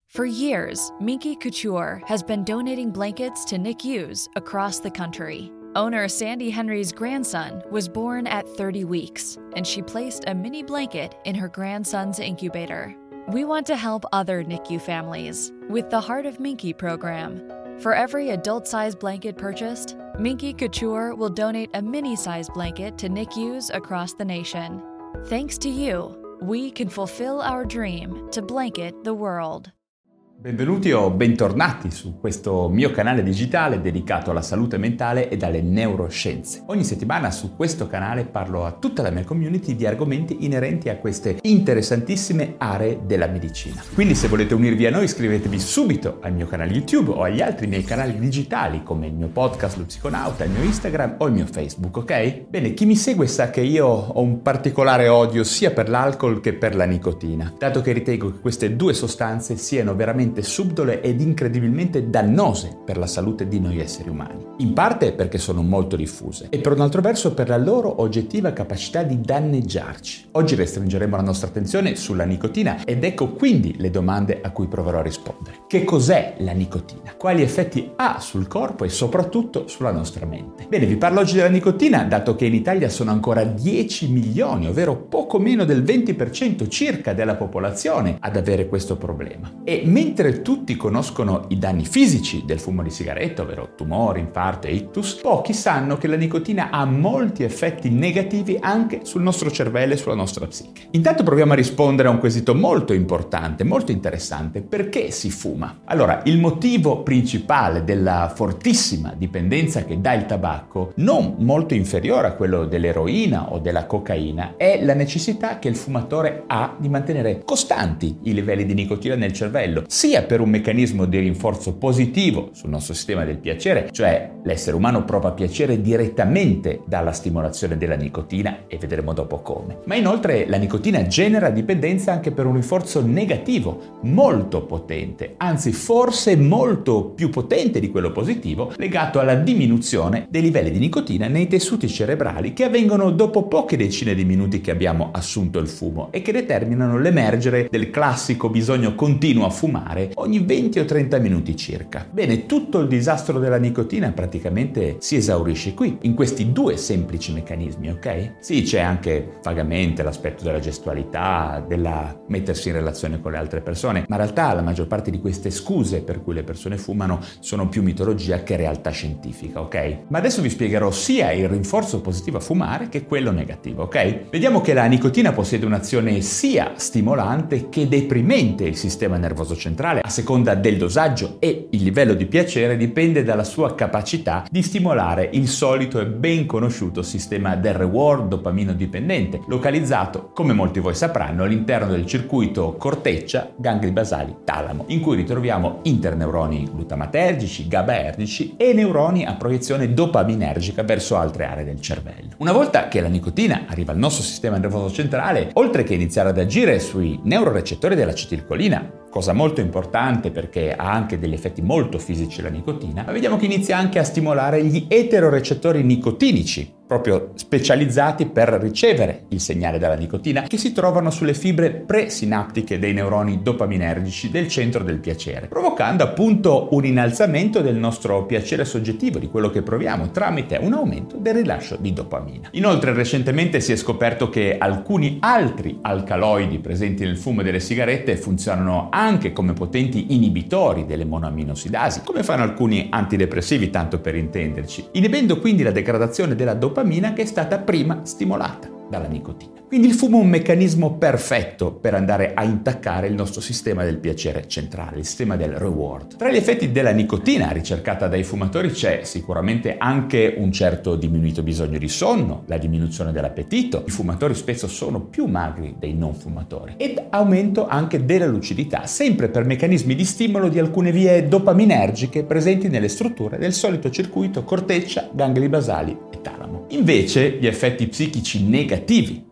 For years, Minky Couture has been donating blankets to NICUs across the country. Owner Sandy Henry's grandson was born at 30 weeks, and she placed a mini blanket in her grandson's incubator. We want to help other NICU families with the Heart of Minky program. For every adult-sized blanket purchased, Minky Couture will donate a mini-sized blanket to NICUs across the nation. Thanks to you, we can fulfill our dream to blanket the world. Benvenuti o bentornati su questo mio canale digitale dedicato alla salute mentale e alle neuroscienze. Ogni settimana su questo canale parlo a tutta la mia community di argomenti inerenti a queste interessantissime aree della medicina. Quindi se volete unirvi a noi iscrivetevi subito al mio canale YouTube o agli altri miei canali digitali come il mio podcast Lo Psiconauta, il mio Instagram o il mio Facebook, ok? Bene, chi mi segue sa che io ho un particolare odio sia per l'alcol che per la nicotina, dato che ritengo che queste due sostanze siano veramente subdole ed incredibilmente dannose per la salute di noi esseri umani. In parte perché sono molto diffuse e per un altro verso per la loro oggettiva capacità di danneggiarci. Oggi restringeremo la nostra attenzione sulla nicotina ed ecco quindi le domande a cui proverò a rispondere. Che cos'è la nicotina? Quali effetti ha sul corpo e soprattutto sulla nostra mente? Bene, vi parlo oggi della nicotina dato che in Italia sono ancora 10 milioni, ovvero poco meno del 20% circa della popolazione ad avere questo problema. E mentre tutti conoscono i danni fisici del fumo di sigaretta, ovvero tumori, infarto e ictus, pochi sanno che la nicotina ha molti effetti negativi anche sul nostro cervello e sulla nostra psiche. Intanto proviamo a rispondere a un quesito molto importante, molto interessante. Perché si fuma? Allora, il motivo principale della fortissima dipendenza che dà il tabacco, non molto inferiore a quello dell'eroina o della cocaina, è la necessità che il fumatore ha di mantenere costanti i livelli di nicotina nel cervello, sia per un meccanismo di rinforzo positivo sul nostro sistema del piacere, cioè l'essere umano prova piacere direttamente dalla stimolazione della nicotina e vedremo dopo come. Ma inoltre la nicotina genera dipendenza anche per un rinforzo negativo molto potente, anzi forse molto più potente di quello positivo, legato alla diminuzione dei livelli di nicotina nei tessuti cerebrali che avvengono dopo poche decine di minuti che abbiamo assunto il fumo e che determinano l'emergere del classico bisogno continuo a fumare ogni 20 o 30 minuti circa. Bene, tutto il disastro della nicotina praticamente si esaurisce qui, in questi due semplici meccanismi, ok? Sì, c'è anche vagamente l'aspetto della gestualità, della mettersi in relazione con le altre persone, ma in realtà la maggior parte di queste scuse per cui le persone fumano sono più mitologia che realtà scientifica, ok? Ma adesso vi spiegherò sia il rinforzo positivo a fumare che quello negativo, ok? Vediamo che la nicotina possiede un'azione sia stimolante che deprimente il sistema nervoso centrale. A seconda del dosaggio e il livello di piacere dipende dalla sua capacità di stimolare il solito e ben conosciuto sistema del reward dopamino dipendente, localizzato, come molti di voi sapranno, all'interno del circuito corteccia, gangli basali, talamo, in cui ritroviamo interneuroni glutamatergici, GABAergici e neuroni a proiezione dopaminergica verso altre aree del cervello. Una volta che la nicotina arriva al nostro sistema nervoso centrale, oltre che iniziare ad agire sui neurorecettori dell'acetilcolina, cosa molto importante perché ha anche degli effetti molto fisici la nicotina, ma vediamo che inizia anche a stimolare gli eterorecettori nicotinici, proprio specializzati per ricevere il segnale dalla nicotina, che si trovano sulle fibre presinaptiche dei neuroni dopaminergici del centro del piacere, provocando appunto un innalzamento del nostro piacere soggettivo, di quello che proviamo, tramite un aumento del rilascio di dopamina. Inoltre recentemente si è scoperto che alcuni altri alcaloidi presenti nel fumo delle sigarette funzionano anche come potenti inibitori delle monoaminoossidasi, come fanno alcuni antidepressivi, tanto per intenderci, inibendo quindi la degradazione della dopamina che è stata prima stimolata dalla nicotina. Quindi il fumo è un meccanismo perfetto per andare a intaccare il nostro sistema del piacere centrale, il sistema del reward. Tra gli effetti della nicotina ricercata dai fumatori c'è sicuramente anche un certo diminuito bisogno di sonno, la diminuzione dell'appetito, i fumatori spesso sono più magri dei non fumatori, ed aumento anche della lucidità, sempre per meccanismi di stimolo di alcune vie dopaminergiche presenti nelle strutture del solito circuito corteccia, gangli basali e talamo. Invece gli effetti psichici negativi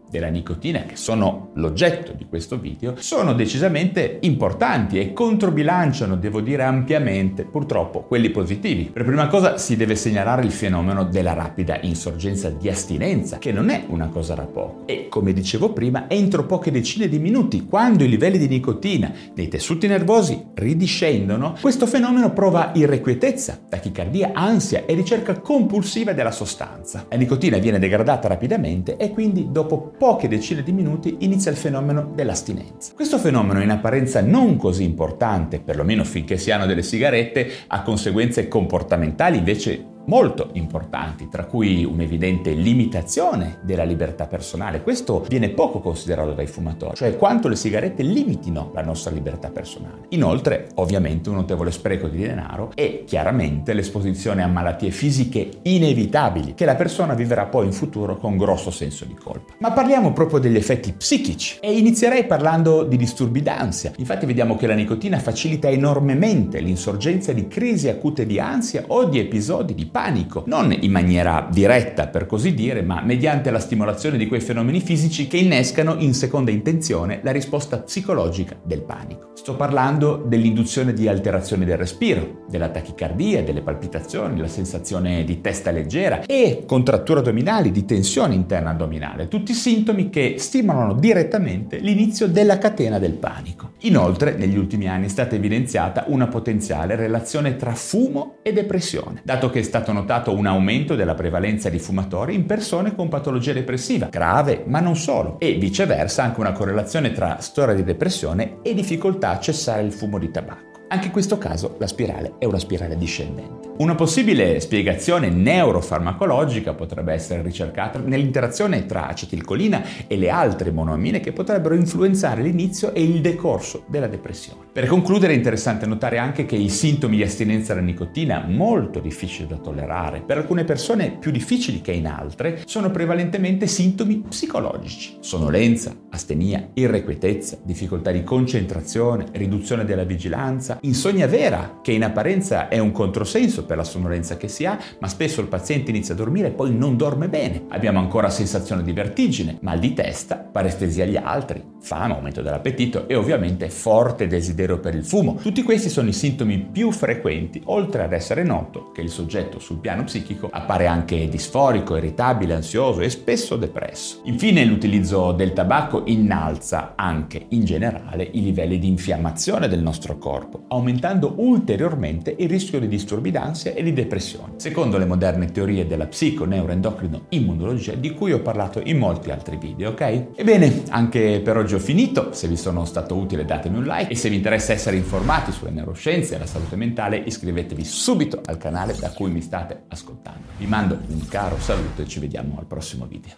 della nicotina, che sono l'oggetto di questo video, sono decisamente importanti e controbilanciano, devo dire ampiamente, purtroppo, quelli positivi. Per prima cosa si deve segnalare il fenomeno della rapida insorgenza di astinenza, che non è una cosa da poco. E, come dicevo prima, entro poche decine di minuti, quando i livelli di nicotina nei tessuti nervosi ridiscendono, questo fenomeno prova irrequietezza, tachicardia, ansia e ricerca compulsiva della sostanza. La nicotina viene degradata rapidamente e quindi dopo poche decine di minuti inizia il fenomeno dell'astinenza. Questo fenomeno, in apparenza non così importante, perlomeno finché si hanno delle sigarette, ha conseguenze comportamentali invece molto importanti, tra cui un'evidente limitazione della libertà personale. Questo viene poco considerato dai fumatori, cioè quanto le sigarette limitino la nostra libertà personale. Inoltre, ovviamente, un notevole spreco di denaro e chiaramente l'esposizione a malattie fisiche inevitabili che la persona vivrà poi in futuro con grosso senso di colpa. Ma parliamo proprio degli effetti psichici e inizierei parlando di disturbi d'ansia. Infatti vediamo che la nicotina facilita enormemente l'insorgenza di crisi acute di ansia o di episodi di panico, non in maniera diretta per così dire, ma mediante la stimolazione di quei fenomeni fisici che innescano in seconda intenzione la risposta psicologica del panico. Sto parlando dell'induzione di alterazioni del respiro, della tachicardia, delle palpitazioni, la sensazione di testa leggera e contratture addominali, di tensione interna addominale, tutti sintomi che stimolano direttamente l'inizio della catena del panico. Inoltre, negli ultimi anni è stata evidenziata una potenziale relazione tra fumo e depressione, dato che è stato notato un aumento della prevalenza di fumatori in persone con patologia depressiva grave, ma non solo, e viceversa anche una correlazione tra storia di depressione e difficoltà a cessare il fumo di tabacco. Anche in questo caso la spirale è una spirale discendente. Una possibile spiegazione neurofarmacologica potrebbe essere ricercata nell'interazione tra acetilcolina e le altre monoamine che potrebbero influenzare l'inizio e il decorso della depressione. Per concludere è interessante notare anche che i sintomi di astinenza alla nicotina, molto difficili da tollerare, per alcune persone più difficili che in altre, sono prevalentemente sintomi psicologici. Sonnolenza, astenia, irrequietezza, difficoltà di concentrazione, riduzione della vigilanza, insonnia vera, che in apparenza è un controsenso per la sonnolenza che si ha, ma spesso il paziente inizia a dormire e poi non dorme bene. Abbiamo ancora sensazione di vertigine, mal di testa, parestesia agli altri, fame, aumento dell'appetito e ovviamente forte desiderio per il fumo. Tutti questi sono i sintomi più frequenti, oltre ad essere noto che il soggetto sul piano psichico appare anche disforico, irritabile, ansioso e spesso depresso. Infine, l'utilizzo del tabacco innalza anche in generale i livelli di infiammazione del nostro corpo, aumentando ulteriormente il rischio di disturbi d'ansia e di depressione, secondo le moderne teorie della psico-neuroendocrino-immunologia di cui ho parlato in molti altri video, ok? Ebbene, anche per oggi ho finito. Se vi sono stato utile datemi un like e se vi interessa essere informati sulle neuroscienze e la salute mentale iscrivetevi subito al canale da cui mi state ascoltando. Vi mando un caro saluto e ci vediamo al prossimo video.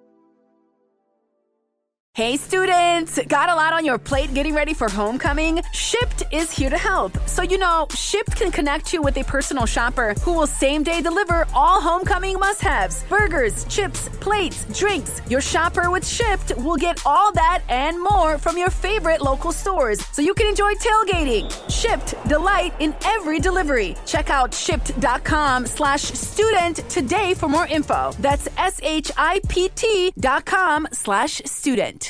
Hey students, got a lot on your plate getting ready for homecoming? Shipt is here to help. So Shipt can connect you with a personal shopper who will same-day deliver all homecoming must-haves. Burgers, chips, plates, drinks. Your shopper with Shipt will get all that and more from your favorite local stores, so you can enjoy tailgating. Shipt, delight in every delivery. Check out shipt.com/student today for more info. That's SHIPT.com/student.